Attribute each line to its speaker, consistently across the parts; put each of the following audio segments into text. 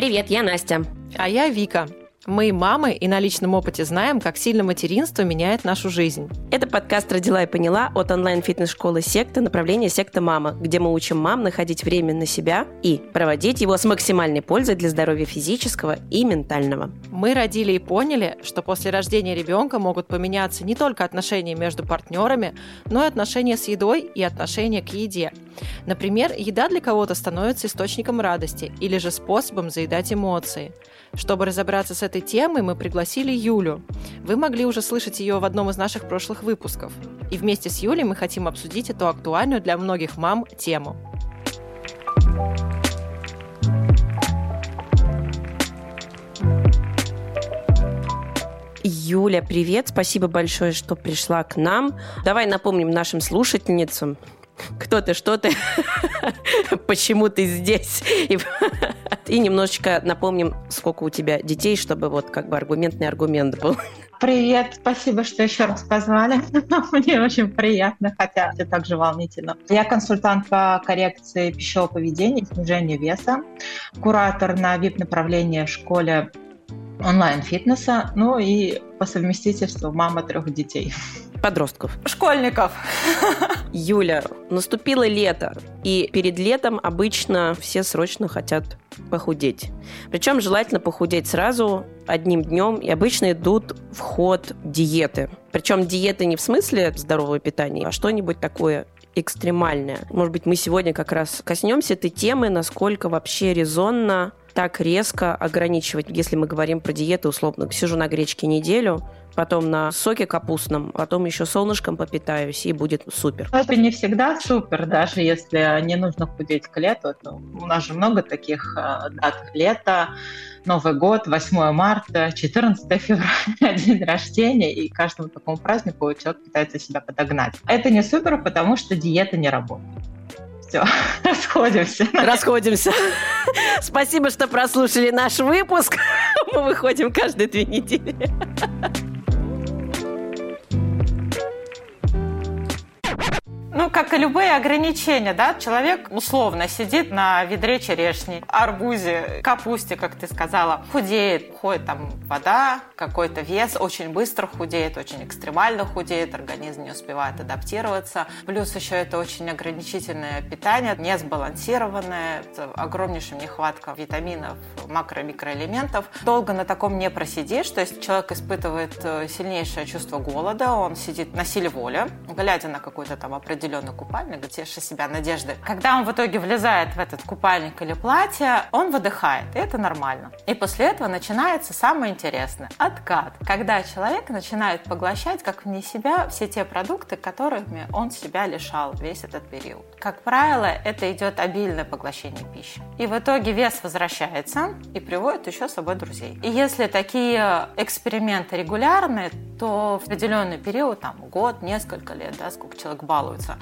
Speaker 1: Привет, я Настя.
Speaker 2: А я Вика. Мы мамы и на личном опыте знаем, как сильно материнство меняет нашу жизнь.
Speaker 1: Это подкаст «Родила и поняла» от онлайн-фитнес-школы «Секта», направление «Секта Мама», где мы учим мам находить время на себя и проводить его с максимальной пользой для здоровья физического и ментального.
Speaker 2: Мы родили и поняли, что после рождения ребенка могут поменяться не только отношения между партнерами, но и отношения с едой и отношения к еде. Например, еда для кого-то становится источником радости или же способом заедать эмоции. Чтобы разобраться с этой темой, мы пригласили Юлю. Вы могли уже слышать ее в одном из наших прошлых выпусков. И вместе с Юлей мы хотим обсудить эту актуальную для многих мам тему.
Speaker 1: Юля, привет! Спасибо большое, что пришла к нам. Давай напомним нашим слушательницам, кто ты, что ты, почему ты здесь. И немножечко напомним, сколько у тебя детей, чтобы аргументный аргумент был.
Speaker 3: Привет, спасибо, что еще раз позвали. Мне очень приятно, хотя это также волнительно. Я консультант по коррекции пищевого поведения и снижению веса, куратор на VIP-направлении в школе онлайн-фитнеса, и по совместительству мама 3 детей.
Speaker 1: Подростков.
Speaker 3: Школьников.
Speaker 1: Юля, наступило лето, и перед летом обычно все срочно хотят похудеть. Причем желательно похудеть сразу, одним днем, и обычно идут в ход диеты. Причем диеты не в смысле здорового питания, а что-нибудь такое экстремальное. Может быть, мы сегодня как раз коснемся этой темы, насколько вообще резонно так резко ограничивать, если мы говорим про диету, условно, сижу на гречке неделю, потом на соке капустном, потом еще солнышком попитаюсь, и будет супер.
Speaker 3: Это не всегда супер, даже если не нужно худеть к лету. У нас же много таких дат: лето, Новый год, 8 марта, 14 февраля, день рождения, и каждому такому празднику человек пытается себя подогнать. Это не супер, потому что диета не работает. Все, расходимся.
Speaker 1: Спасибо, что прослушали наш выпуск. Мы выходим каждые 2 недели.
Speaker 4: Как и любые ограничения, человек условно сидит на ведре черешни, арбузе, капусте, как ты сказала, худеет, ходит вода, какой-то вес, очень быстро худеет, очень экстремально худеет, организм не успевает адаптироваться. Плюс еще это очень ограничительное питание, не сбалансированное, огромнейшая нехватка витаминов, макро- и микроэлементов. Долго на таком не просидишь, то есть человек испытывает сильнейшее чувство голода, он сидит на силе воли, глядя на какой-то определенный купальник, теша себя надеждой. Когда он в итоге влезает в этот купальник или платье, он выдыхает, и это нормально. И после этого начинается самое интересное – откат. Когда человек начинает поглощать, как вне себя, все те продукты, которыми он себя лишал весь этот период. Как правило, это идет обильное поглощение пищи. И в итоге вес возвращается и приводит еще с собой друзей. И если такие эксперименты регулярны, то в определенный период, год, несколько лет, сколько человек балуется,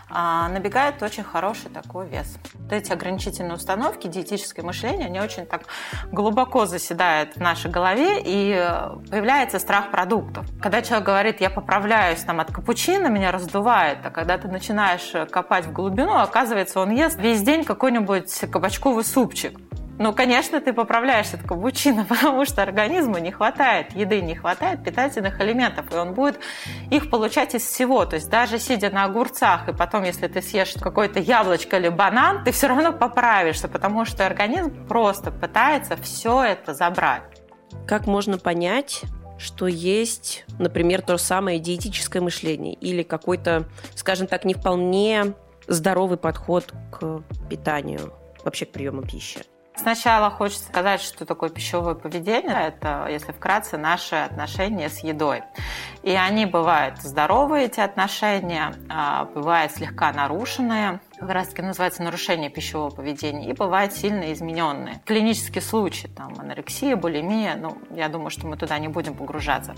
Speaker 4: набегает очень хороший такой вес. Вот эти ограничительные установки, диетическое мышление, они очень так глубоко заседают в нашей голове, и появляется страх продуктов. Когда человек говорит: я поправляюсь от капучино, меня раздувает, а когда ты начинаешь копать в глубину, оказывается, он ест весь день какой-нибудь кабачковый супчик. Конечно, ты поправляешься от капучино, потому что организму не хватает еды, не хватает питательных элементов, и он будет их получать из всего. То есть даже сидя на огурцах, и потом, если ты съешь какое-то яблочко или банан, ты все равно поправишься, потому что организм просто пытается все это забрать.
Speaker 1: Как можно понять, что есть, например, то самое диетическое мышление или какой-то, скажем так, не вполне здоровый подход к питанию, вообще к приему пищи?
Speaker 4: Сначала хочется сказать, что такое пищевое поведение. Это, если вкратце, наши отношения с едой. И они бывают здоровые, эти отношения, бывают слегка нарушенные, как раз таки называется нарушение пищевого поведения, и бывают сильно измененные. Клинические случаи, анорексия, булимия, я думаю, что мы туда не будем погружаться.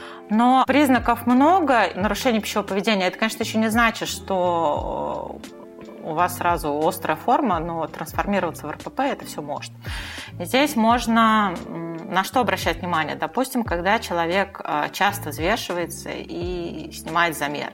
Speaker 4: Но признаков много. Нарушение пищевого поведения, это, конечно, еще не значит, что у вас сразу острая форма, но трансформироваться в РПП это все может. И здесь можно на что обращать внимание? Допустим, когда человек часто взвешивается и снимает замер.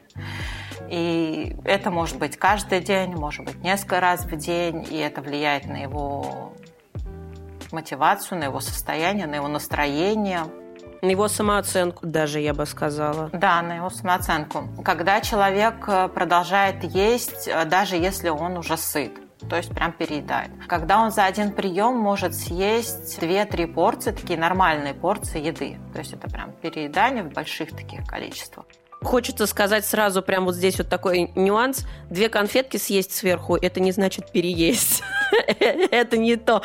Speaker 4: И это может быть каждый день, может быть несколько раз в день, и это влияет на его мотивацию, на его состояние, на его настроение.
Speaker 1: На его самооценку даже, я бы сказала.
Speaker 4: Да, на его самооценку. Когда человек продолжает есть, даже если он уже сыт, то есть прям переедает. Когда он за один прием может съесть 2-3 порции, такие нормальные порции еды. То есть это прям переедание в больших таких количествах.
Speaker 1: Хочется сказать сразу, прям вот здесь вот такой нюанс. 2 конфетки съесть сверху, это не значит переесть. Это не то.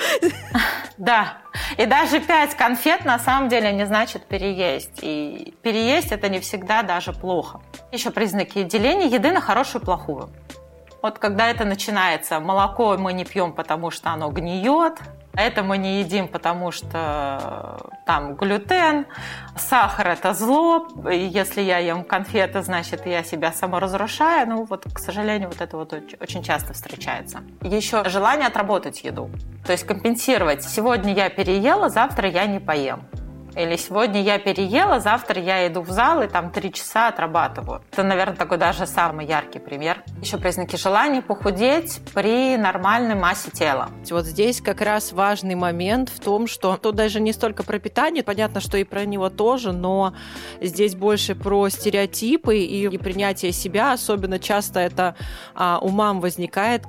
Speaker 4: Да, и даже 5 конфет на самом деле не значит переесть. И переесть это не всегда даже плохо. Еще признаки деления еды на хорошую и плохую. Вот когда это начинается, молоко мы не пьем, потому что оно гниет, это мы не едим, потому что там глютен, сахар – это зло, и если я ем конфеты, значит, я себя саморазрушаю. Ну вот, к сожалению, вот это вот очень часто встречается. Еще желание отработать еду, то есть компенсировать. Сегодня я переела, завтра я не поем. Или сегодня я переела, завтра я иду в зал и там 3 часа отрабатываю. Это, наверное, такой даже самый яркий пример. Еще признаки желания похудеть при нормальной массе тела.
Speaker 2: Вот здесь как раз важный момент в том, что тут даже не столько про питание, понятно, что и про него тоже, но здесь больше про стереотипы и принятие себя. Особенно часто это у мам возникает,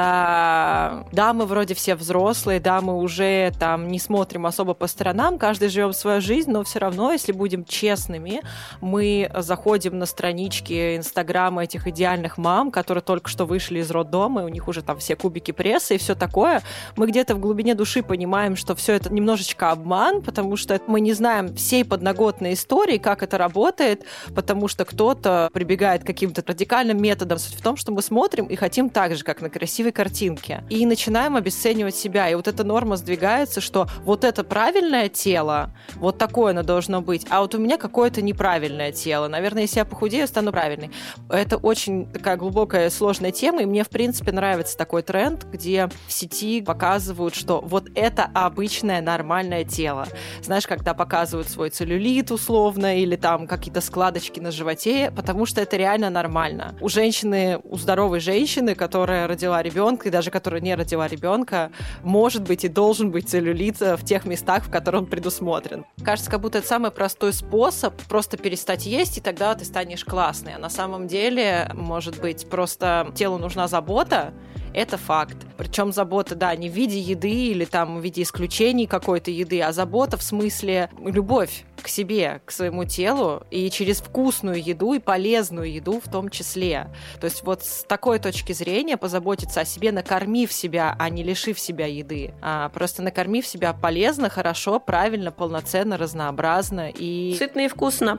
Speaker 2: когда да, мы вроде все взрослые, да, мы уже там не смотрим особо по сторонам, каждый живем свою жизнь, но все равно, если будем честными, мы заходим на странички Инстаграма этих идеальных мам, которые только что вышли из роддома, и у них уже там все кубики пресса и все такое. Мы где-то в глубине души понимаем, что все это немножечко обман, потому что мы не знаем всей подноготной истории, как это работает, потому что кто-то прибегает к каким-то радикальным методам. Суть в том, что мы смотрим и хотим так же, как на красивой картинке. И начинаем обесценивать себя. И вот эта норма сдвигается, что вот это правильное тело, вот такое оно должно быть, а вот у меня какое-то неправильное тело. Наверное, если я похудею, стану правильной. Это очень такая глубокая, сложная тема, и мне, в принципе, нравится такой тренд, где в сети показывают, что вот это обычное нормальное тело. Знаешь, когда показывают свой целлюлит условно, или там какие-то складочки на животе, потому что это реально нормально. У женщины, у здоровой женщины, которая родила ребенка, и даже которая не родила ребенка, может быть и должен быть целлюлит в тех местах, в которых он предусмотрен. Кажется, как будто это самый простой способ просто перестать есть, и тогда ты станешь классной. А на самом деле, может быть, просто телу нужна забота, это факт. Причем забота, да, не в виде еды или там в виде исключений какой-то еды, а забота в смысле любовь к себе, к своему телу, и через вкусную еду и полезную еду в том числе. То есть вот с такой точки зрения позаботиться о себе, накормив себя, а не лишив себя еды. Просто накормив себя полезно, хорошо, правильно, полноценно, разнообразно и...
Speaker 1: Сытно и вкусно.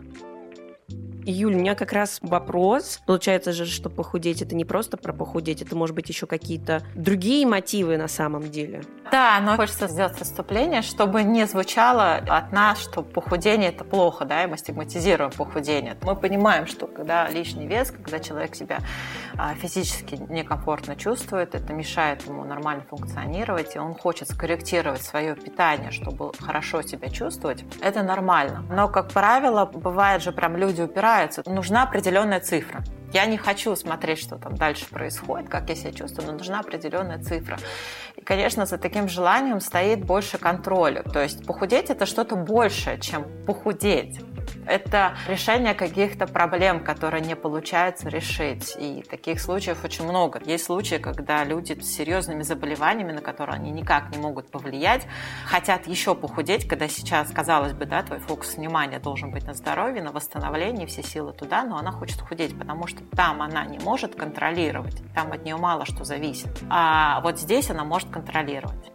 Speaker 1: Юль, у меня как раз вопрос. Получается же, что похудеть – это не просто про похудеть, это, может быть, еще какие-то другие мотивы на самом деле.
Speaker 4: Да, но хочется сделать отступление, чтобы не звучало от нас, что похудение – это плохо, да, и мы стигматизируем похудение. Мы понимаем, что когда лишний вес, когда человек себя физически некомфортно чувствует, это мешает ему нормально функционировать, и он хочет скорректировать свое питание, чтобы хорошо себя чувствовать, это нормально. Но, как правило, бывает же прям люди упираются, нужна определенная цифра. Я не хочу смотреть, что там дальше происходит, как я себя чувствую, но нужна определенная цифра. И, конечно, за таким желанием стоит больше контроля. То есть похудеть – это что-то большее, чем похудеть. Это решение каких-то проблем, которые не получается решить. И таких случаев очень много. Есть случаи, когда люди с серьезными заболеваниями, на которые они никак не могут повлиять, хотят еще похудеть, когда сейчас, казалось бы, да, твой фокус внимания должен быть на здоровье, на восстановлении, все силы туда, но она хочет худеть, потому что там она не может контролировать, там от нее мало что зависит. А вот здесь она может контролировать.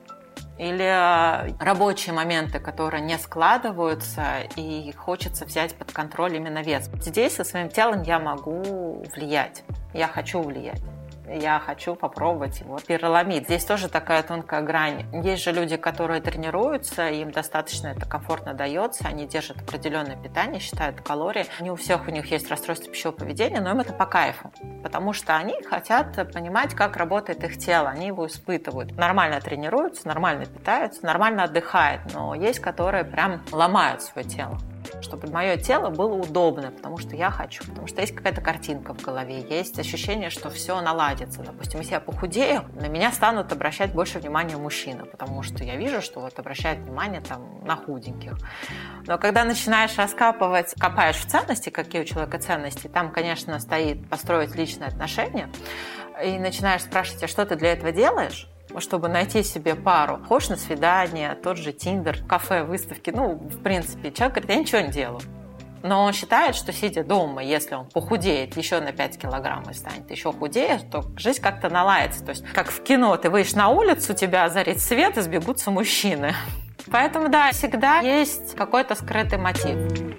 Speaker 4: Или рабочие моменты, которые не складываются, и хочется взять под контроль именно вес. Здесь со своим телом я могу влиять, я хочу влиять. Я хочу попробовать его переломить. Здесь тоже такая тонкая грань. Есть же люди, которые тренируются, им достаточно это комфортно дается, они держат определенное питание, считают калории. Не у всех у них есть расстройство пищевого поведения, но им это по кайфу, потому что они хотят понимать, как работает их тело, они его испытывают. Нормально тренируются, нормально питаются, нормально отдыхают, но есть, которые прям ломают свое тело. чтобы мое тело было удобно, потому что я хочу, потому что есть какая-то картинка в голове, есть ощущение, что все наладится. Допустим, если я похудею, на меня станут обращать больше внимания мужчины, потому что я вижу, что вот обращают внимание там на худеньких. Но когда начинаешь раскапывать, копаешь в ценности, какие у человека ценности, там, конечно, стоит построить личные отношения, и начинаешь спрашивать, а что ты для этого делаешь? Чтобы найти себе пару. Ходишь на свидание, тот же Тиндер, кафе, выставки. В принципе, человек говорит, я ничего не делаю. Но он считает, что сидя дома, если он похудеет еще на 5 килограмм и станет еще худее, то жизнь как-то наладится. То есть, как в кино, ты выйдешь на улицу, тебя озарит свет, и сбегутся мужчины. Поэтому, да, всегда есть какой-то скрытый мотив.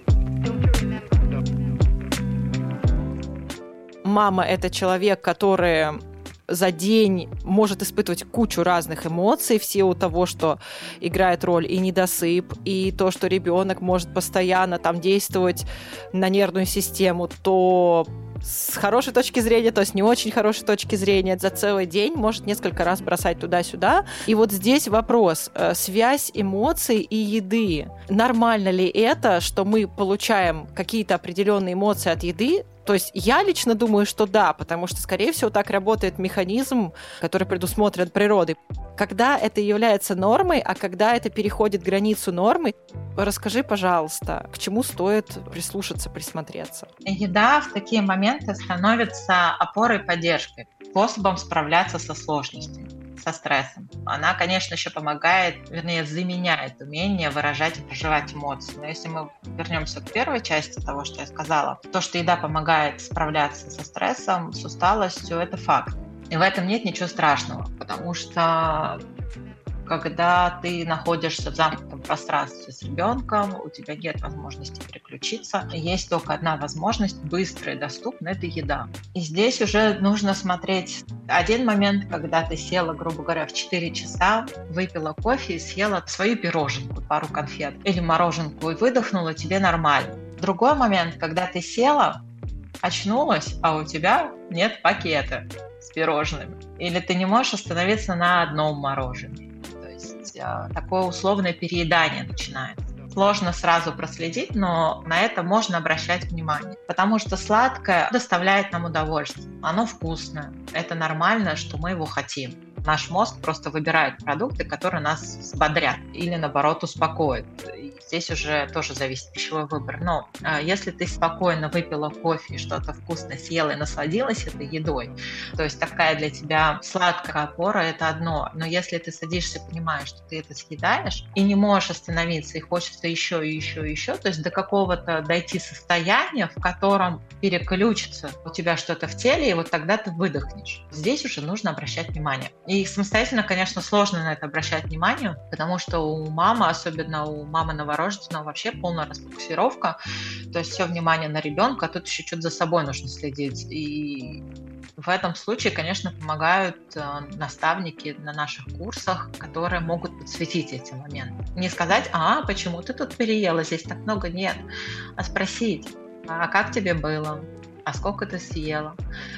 Speaker 2: Мама – это человек, который за день может испытывать кучу разных эмоций в силу того, что играет роль и недосып, и то, что ребенок может постоянно там действовать на нервную систему, то с хорошей точки зрения, то с не очень хорошей точки зрения, за целый день может несколько раз бросать туда-сюда. И вот здесь вопрос. Связь эмоций и еды. Нормально ли это, что мы получаем какие-то определенные эмоции от еды? То есть я лично думаю, что да, потому что, скорее всего, так работает механизм, который предусмотрен природой. Когда это является нормой, а когда это переходит границу нормы, расскажи, пожалуйста, к чему стоит прислушаться, присмотреться?
Speaker 3: Еда в такие моменты становится опорой и поддержкой, способом справляться со сложностями, со стрессом. Она, конечно, еще помогает, вернее, заменяет умение выражать и проживать эмоции. Но если мы вернемся к первой части того, что я сказала, то, что еда помогает справляться со стрессом, с усталостью, это факт. И в этом нет ничего страшного, потому что когда ты находишься в замкнутом пространстве с ребенком, у тебя нет возможности переключиться, есть только одна возможность, быстрая и доступная, это еда. И здесь уже нужно смотреть один момент, когда ты села, грубо говоря, в 4 часа, выпила кофе и съела свою пироженку, пару конфет или мороженку и выдохнула, тебе нормально. Другой момент, когда ты села, очнулась, а у тебя нет пакета с пирожными. Или ты не можешь остановиться на одном мороженом. Такое условное переедание начинается. Сложно сразу проследить, но на это можно обращать внимание. Потому что сладкое доставляет нам удовольствие. Оно вкусное. Это нормально, что мы его хотим. Наш мозг просто выбирает продукты, которые нас взбодрят или, наоборот, успокоят. И здесь уже тоже зависит пищевой выбор. Но если ты спокойно выпила кофе и что-то вкусное съела и насладилась этой едой, то есть такая для тебя сладкая опора – это одно. Но если ты садишься и понимаешь, что ты это съедаешь и не можешь остановиться, и хочется еще и еще и еще, то есть до какого-то дойти состояния, в котором переключится у тебя что-то в теле, и вот тогда ты выдохнешь. Здесь уже нужно обращать внимание. И самостоятельно, конечно, сложно на это обращать внимание, потому что у мамы, особенно у мамы новорожденного, вообще полная расфокусировка. То есть все внимание на ребенка, а тут еще что-то за собой нужно следить. И в этом случае, конечно, помогают наставники на наших курсах, которые могут подсветить эти моменты. Не сказать, почему ты тут переела, здесь так много, нет. А спросить, а как тебе было? А сколько ты съела?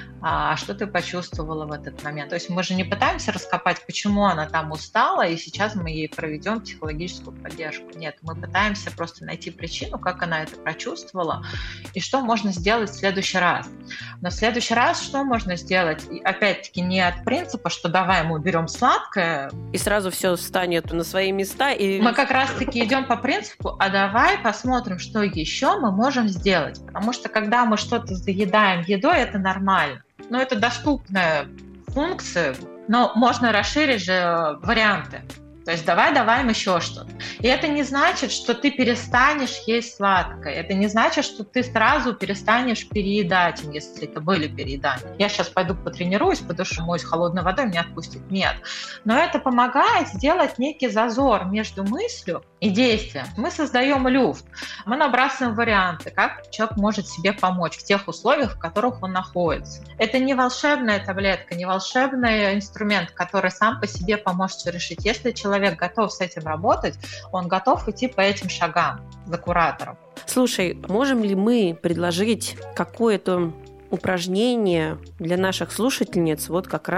Speaker 3: А что ты почувствовала в этот момент? То есть мы же не пытаемся раскопать, почему она там устала, и сейчас мы ей проведем психологическую поддержку. Нет, мы пытаемся просто найти причину, как она это прочувствовала, и что можно сделать в следующий раз. Но в следующий раз что можно сделать? И опять-таки не от принципа, что давай мы уберем сладкое.
Speaker 1: И сразу все встанет на свои места. И
Speaker 3: мы как раз-таки идем по принципу, а давай посмотрим, что еще мы можем сделать. Потому что когда мы что-то заедаем едой, это нормально. Но это доступная функция, но можно расширить же варианты. То есть давай еще что-то. И это не значит, что ты перестанешь есть сладкое. Это не значит, что ты сразу перестанешь переедать, если это были переедания. Я сейчас пойду потренируюсь, подушу, моюсь холодной водой, меня отпустит. Нет. Но это помогает сделать некий зазор между мыслью и действием. Мы создаем люфт. Мы набрасываем варианты, как человек может себе помочь в тех условиях, в которых он находится. Это не волшебная таблетка, не волшебный инструмент, который сам по себе поможет все решить. Если человек готов с этим работать, он готов идти по этим шагам за куратором.
Speaker 1: Слушай, можем ли мы предложить какое-то упражнение для наших слушательниц вот как раз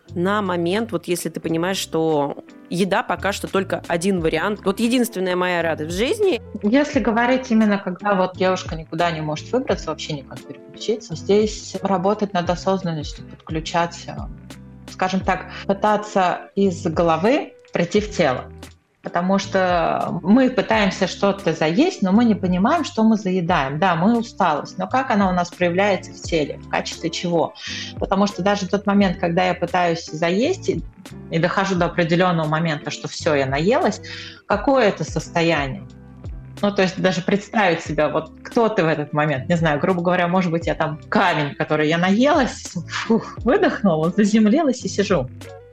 Speaker 1: на момент, вот если ты понимаешь, что еда пока что только один вариант. Вот единственная моя радость в жизни.
Speaker 3: Если говорить именно, когда вот девушка никуда не может выбраться, вообще никак переключиться, здесь работать над осознанностью, подключать, скажем так, пытаться из головы прийти в тело. Потому что мы пытаемся что-то заесть, но мы не понимаем, что мы заедаем. Да, мы усталость, но как она у нас проявляется в теле, в качестве чего? Потому что даже тот момент, когда я пытаюсь заесть и дохожу до определенного момента, что все, я наелась, какое это состояние? Ну, то есть даже представить себя, вот кто ты в этот момент, не знаю, грубо говоря, может быть, я там камень, который я наелась, выдохнула, заземлилась и сижу.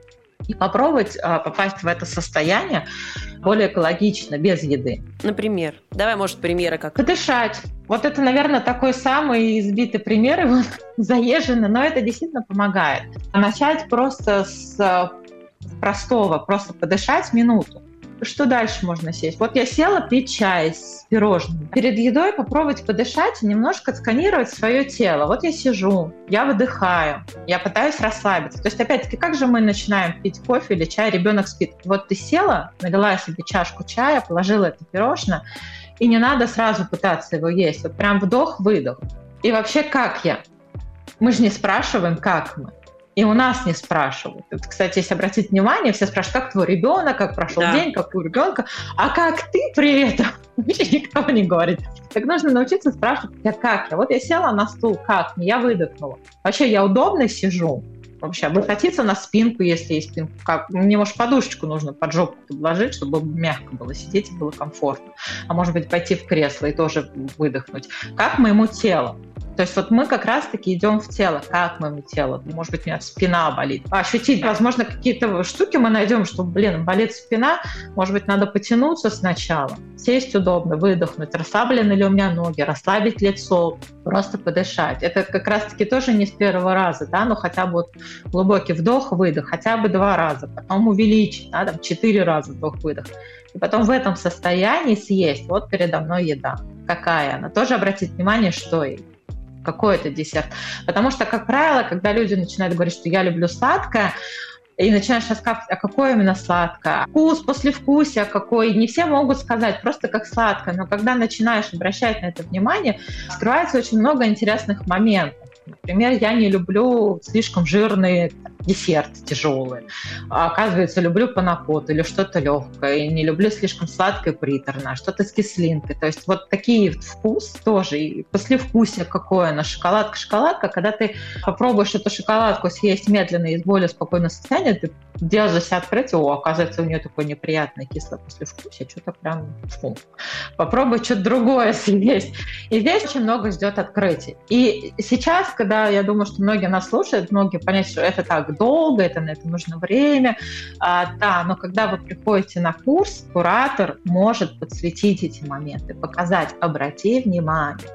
Speaker 3: И попробовать попасть в это состояние более экологично, без еды.
Speaker 1: Например? Давай, может, примеры как?
Speaker 3: Подышать. Вот это, наверное, такой самый избитый пример, его заезженный, но это действительно помогает. Начать просто с простого, просто подышать минуту. Что дальше можно сесть? Вот я села пить чай с пирожным. Перед едой попробовать подышать и немножко отсканировать свое тело. Вот я сижу, я выдыхаю, я пытаюсь расслабиться. То есть, опять-таки, как же мы начинаем пить кофе или чай, ребенок спит? Вот ты села, налила себе чашку чая, положила это пирожное, и не надо сразу пытаться его есть. Вот прям вдох-выдох. И вообще, как я? Мы же не спрашиваем, как мы. И у нас не спрашивают. Вот, кстати, если обратить внимание, все спрашивают, как твой ребенок, как прошел день, как у ребенка, а как ты при этом? Вообще никого не говорит. Так нужно научиться спрашивать, как я? Вот я села на стул, как мне? Я выдохнула. Вообще я удобно сижу? Вообще облокотиться на спинку, если есть спинка. Как? Мне, может, подушечку нужно под жопу подложить, чтобы мягко было сидеть и было комфортно. А может быть, пойти в кресло и тоже выдохнуть. Как моему телу? То есть вот мы как раз-таки идем в тело, как моему телу. Может быть, у меня спина болит. Ощутить, возможно, какие-то штуки мы найдем, что, болит спина. Может быть, надо потянуться сначала, сесть удобно, выдохнуть, расслаблены ли у меня ноги, расслабить лицо, просто подышать. Это как раз-таки тоже не с первого раза, да, но хотя бы вот глубокий вдох-выдох, хотя бы 2 раза, потом увеличить, да, там 4 раза вдох-выдох. И потом в этом состоянии съесть. Вот передо мной еда. Какая она? Тоже обратить внимание, что ей. Какой это десерт. Потому что, как правило, когда люди начинают говорить, что я люблю сладкое, и начинаешь рассказывать, а какое именно сладкое, вкус, послевкусие какой, не все могут сказать просто как сладкое, но когда начинаешь обращать на это внимание, скрывается очень много интересных моментов. Например, я не люблю слишком жирные десерты тяжелые. А оказывается, люблю панакоту или что-то легкое. И не люблю слишком сладкое, приторное, что-то с кислинкой. То есть вот такие вкус тоже. И послевкусие какое на шоколадка, когда ты попробуешь эту шоколадку съесть медленно и из более спокойного состояния, ты делаешь открытие, оказывается, у нее такое неприятное кислое послевкусие, что-то прям фу. Попробуй что-то другое съесть. И здесь очень много ждет открытий. И сейчас, когда я думаю, что многие нас слушают, многие понять, что это так долго, это на это нужно время. Да, но когда вы приходите на курс, куратор может подсветить эти моменты, показать, обрати внимание.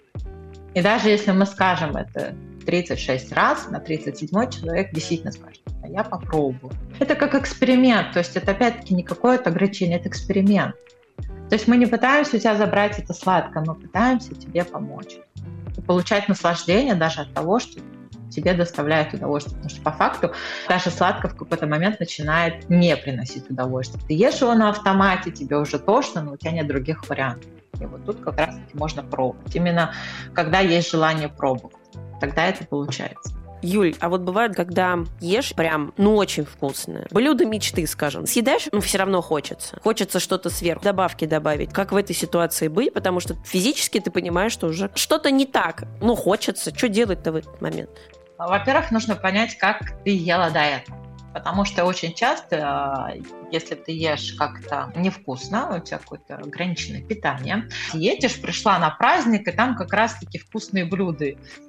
Speaker 3: И даже если мы скажем это 36 раз, на 37-й человек действительно скажет, а я попробую. Это как эксперимент, то есть это опять-таки не какое-то ограничение, это эксперимент. То есть мы не пытаемся у тебя забрать это сладкое, мы пытаемся тебе помочь. И получать наслаждение даже от того, что тебе доставляет удовольствие. Потому что по факту даже сладкое в какой-то момент начинает не приносить удовольствие. Ты ешь его на автомате, тебе уже тошно, но у тебя нет других вариантов. И вот тут как раз-таки можно пробовать. Именно когда есть желание пробовать, тогда это получается.
Speaker 1: Юль, а вот бывает, когда ешь прям, очень вкусное. Блюдо мечты, скажем. Съедаешь, все равно хочется. Хочется что-то сверху, добавки добавить. Как в этой ситуации быть? Потому что физически ты понимаешь, что уже что-то не так. Хочется. Что делать-то в этот момент?
Speaker 3: Во-первых, нужно понять, как ты ела до этого. Потому что очень часто, если ты ешь как-то невкусно, у тебя какое-то ограниченное питание, едешь, пришла на праздник, и там как раз-таки вкусные блюда.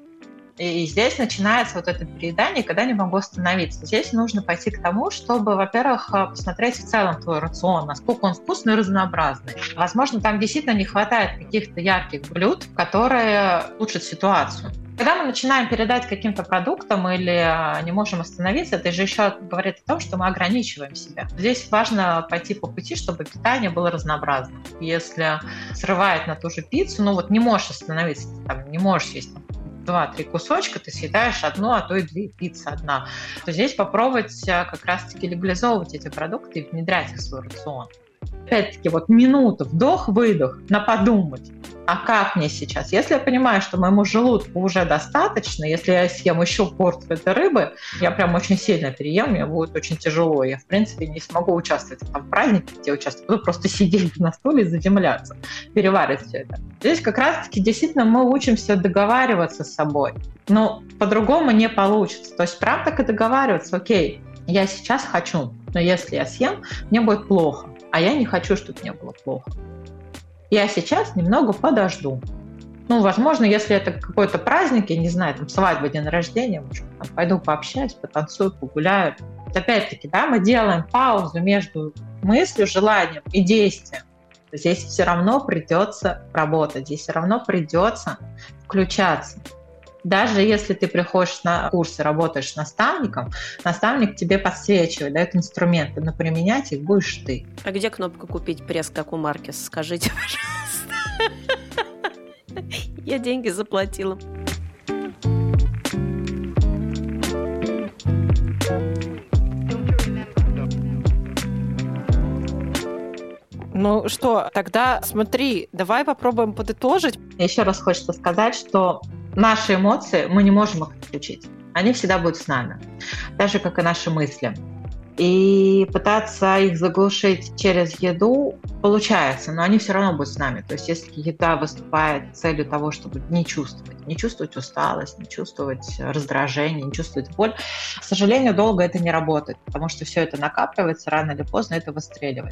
Speaker 3: И здесь начинается вот это переедание, когда не могу остановиться. Здесь нужно пойти к тому, чтобы, во-первых, посмотреть в целом твой рацион, насколько он вкусный и разнообразный. Возможно, там действительно не хватает каких-то ярких блюд, которые улучшат ситуацию. Когда мы начинаем передать каким-то продуктам или не можем остановиться, это же еще говорит о том, что мы ограничиваем себя. Здесь важно пойти по пути, чтобы питание было разнообразным. Если срывает на ту же пиццу, не можешь остановиться, не можешь есть 2-3 кусочка, ты съедаешь одну, а то и 2 пиццы одна. То здесь попробовать как раз-таки легализовывать эти продукты и внедрять их в свой рацион. Опять-таки, вот минута, вдох-выдох, на подумать. А как мне сейчас? Если я понимаю, что моему желудку уже достаточно, если я съем еще порцию этой рыбы, я прям очень сильно переем, мне будет очень тяжело. Я, в принципе, не смогу участвовать в празднике, где участвую. Буду просто сидеть на стуле и заземляться, переваривать все это. Здесь как раз-таки действительно мы учимся договариваться с собой. Но по-другому не получится. То есть прям так и договариваться. Окей, я сейчас хочу, но если я съем, мне будет плохо. А я не хочу, чтобы мне было плохо. Я сейчас немного подожду. Возможно, если это какой-то праздник, я не знаю, там свадьба, день рождения, может, там, пойду пообщаюсь, потанцую, погуляю. Опять-таки, да, мы делаем паузу между мыслью, желанием и действием. Здесь все равно придется работать, здесь все равно придется включаться. Даже если ты приходишь на курсы, работаешь с наставником, наставник тебе подсвечивает, дает инструменты, но применять их будешь ты.
Speaker 1: А где кнопка «Купить пресс», как у Маркес? Скажите, пожалуйста. Я деньги заплатила.
Speaker 2: Ну что, тогда смотри, давай попробуем подытожить.
Speaker 3: Еще раз хочется сказать, что наши эмоции мы не можем их отключить. Они всегда будут с нами, даже как и наши мысли. И пытаться их заглушить через еду получается, но они все равно будут с нами. То есть если еда выступает целью того, чтобы не чувствовать усталость, не чувствовать раздражение, не чувствовать боль, к сожалению, долго это не работает, потому что все это накапливается, рано или поздно это выстреливает.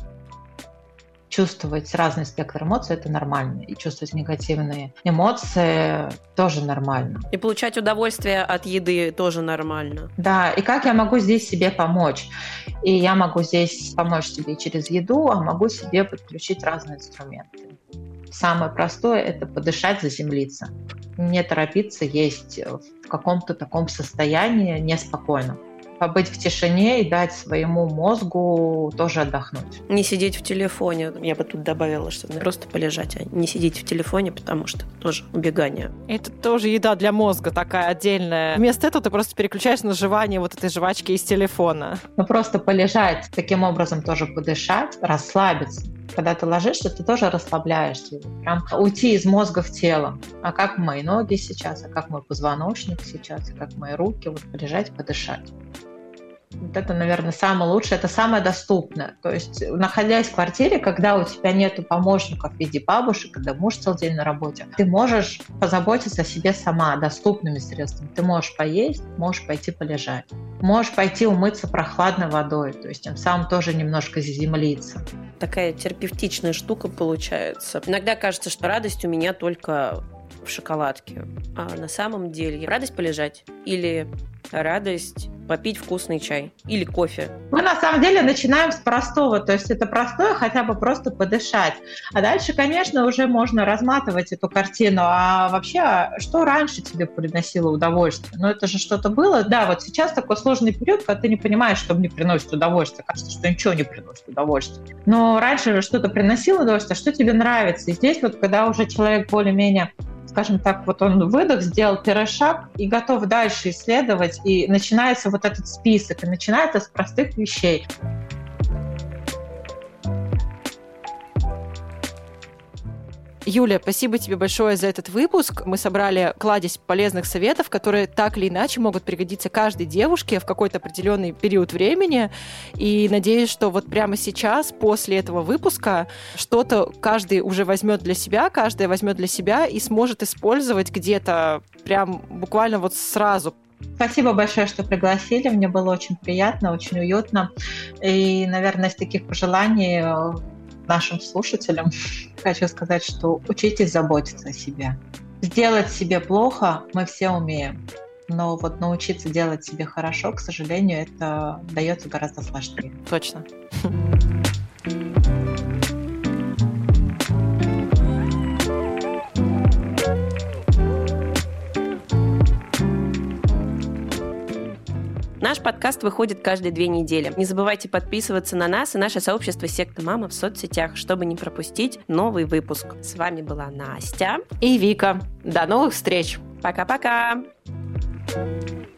Speaker 3: Чувствовать разный спектр эмоций – это нормально. И чувствовать негативные эмоции тоже нормально.
Speaker 1: И получать удовольствие от еды тоже нормально.
Speaker 3: Да, и как я могу здесь себе помочь? И я могу здесь помочь себе через еду, а могу себе подключить разные инструменты. Самое простое – это подышать, заземлиться. Не торопиться есть в каком-то таком состоянии неспокойном. Побыть в тишине и дать своему мозгу тоже отдохнуть.
Speaker 1: Не сидеть в телефоне. Я бы тут добавила, что просто полежать, а не сидеть в телефоне, потому что тоже убегание.
Speaker 2: Это тоже еда для мозга такая отдельная. Вместо этого ты просто переключаешь на жевание вот этой жвачки из телефона.
Speaker 3: Просто полежать, таким образом тоже подышать, расслабиться. Когда ты ложишься, ты тоже расслабляешься. Прям уйти из мозга в тело. А как мои ноги сейчас, а как мой позвоночник сейчас, а как мои руки. Вот полежать, подышать. Вот это, наверное, самое лучшее, это самое доступное. То есть, находясь в квартире, когда у тебя нету помощников в виде бабушек, когда муж целый день на работе, ты можешь позаботиться о себе сама, доступными средствами. Ты можешь поесть, можешь пойти полежать. Можешь пойти умыться прохладной водой, то есть тем самым тоже немножко заземлиться.
Speaker 1: Такая терапевтичная штука получается. Иногда кажется, что радость у меня только в шоколадке. А на самом деле радость полежать или радость попить вкусный чай или кофе.
Speaker 3: Мы на самом деле начинаем с простого, то есть это простое хотя бы просто подышать. А дальше, конечно, уже можно разматывать эту картину. А вообще, что раньше тебе приносило удовольствие? Ну это же что-то было. Да, вот сейчас такой сложный период, когда ты не понимаешь, что мне приносит удовольствие. Кажется, что ничего не приносит удовольствие. Но раньше же что-то приносило удовольствие, а что тебе нравится? И здесь вот, когда уже человек более-менее, скажем так, вот он выдох, сделал первый шаг и готов дальше исследовать, и начинается вот этот список, и начинается с простых вещей.
Speaker 2: Юля, спасибо тебе большое за этот выпуск. Мы собрали кладезь полезных советов, которые так или иначе могут пригодиться каждой девушке в какой-то определенный период времени. И надеюсь, что вот прямо сейчас, после этого выпуска, что-то каждый уже возьмет для себя, каждая возьмет для себя и сможет использовать где-то прям буквально вот сразу.
Speaker 3: Спасибо большое, что пригласили. Мне было очень приятно, очень уютно. И, наверное, из таких пожеланий нашим слушателям хочу сказать, что учитесь заботиться о себе. Сделать себе плохо мы все умеем, но вот научиться делать себе хорошо, к сожалению, это дается гораздо сложнее.
Speaker 2: Точно.
Speaker 1: Наш подкаст выходит каждые 2 недели. Не забывайте подписываться на нас и наше сообщество «Секта Мама» в соцсетях, чтобы не пропустить новый выпуск. С вами была Настя
Speaker 2: и Вика. До новых встреч!
Speaker 1: Пока-пока!